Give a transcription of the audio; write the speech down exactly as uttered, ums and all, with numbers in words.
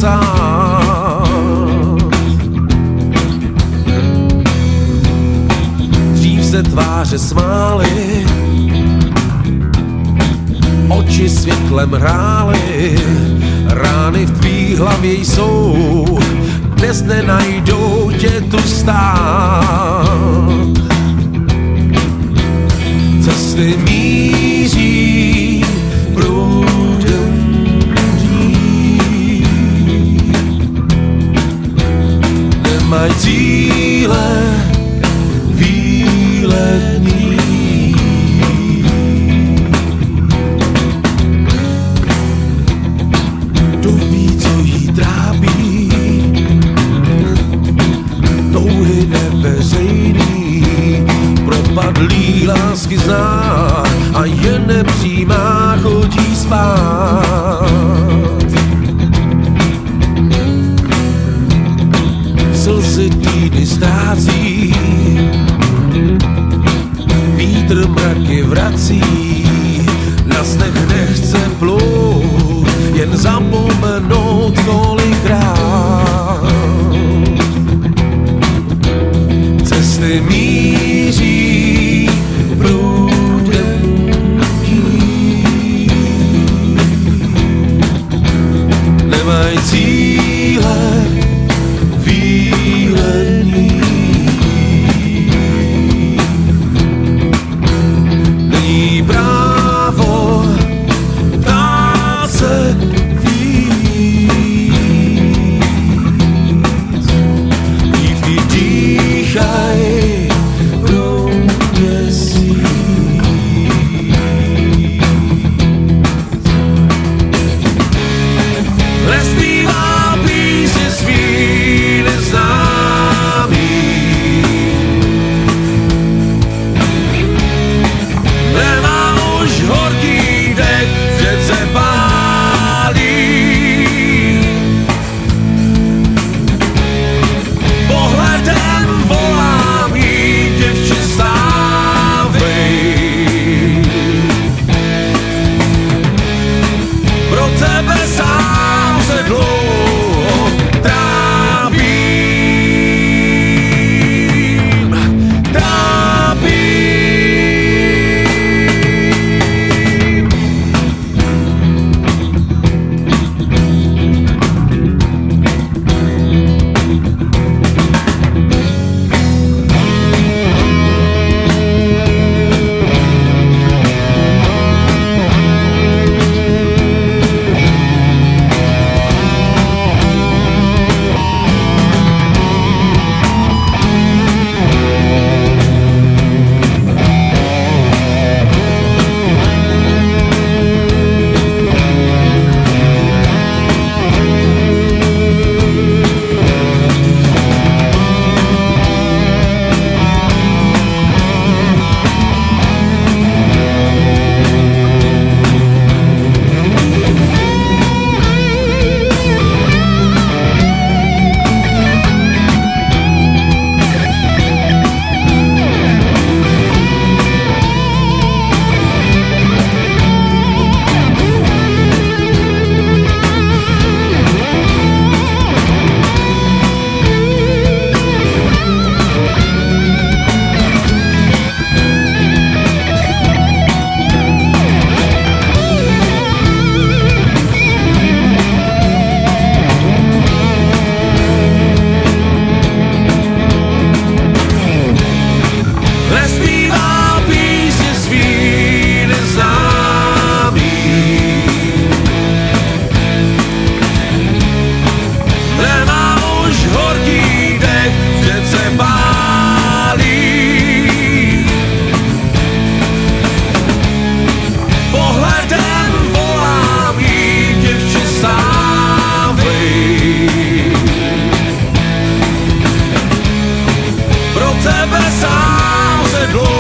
psát. Dřív se tváře smály, oči světlem hrály, rány v tvý hlavě jsou, dnes nenajdou tě tu stát. Cesty míří proudem dní, nemají cíle výletní. Kdo ví, co jí trápí, touhy neveřejný, propadlý lásky zná a jen nepřímá chodí spát. Slzy týdny ztrácí, vítr mraky vrací, na sneh nechce plout, jen zapomenout kolikrát. Cesty míří proudem dní, nemají cíle výletní. Není právo ptát se víc, dívky dýchaj pro měsíc. Nespívá písně svý neznámý, nemá už horký dech, že se pálí. Pohledem volám jí, děvče, stávej, pro tebe sám se dlouho trápím, trápím. Tebe sám se dlouho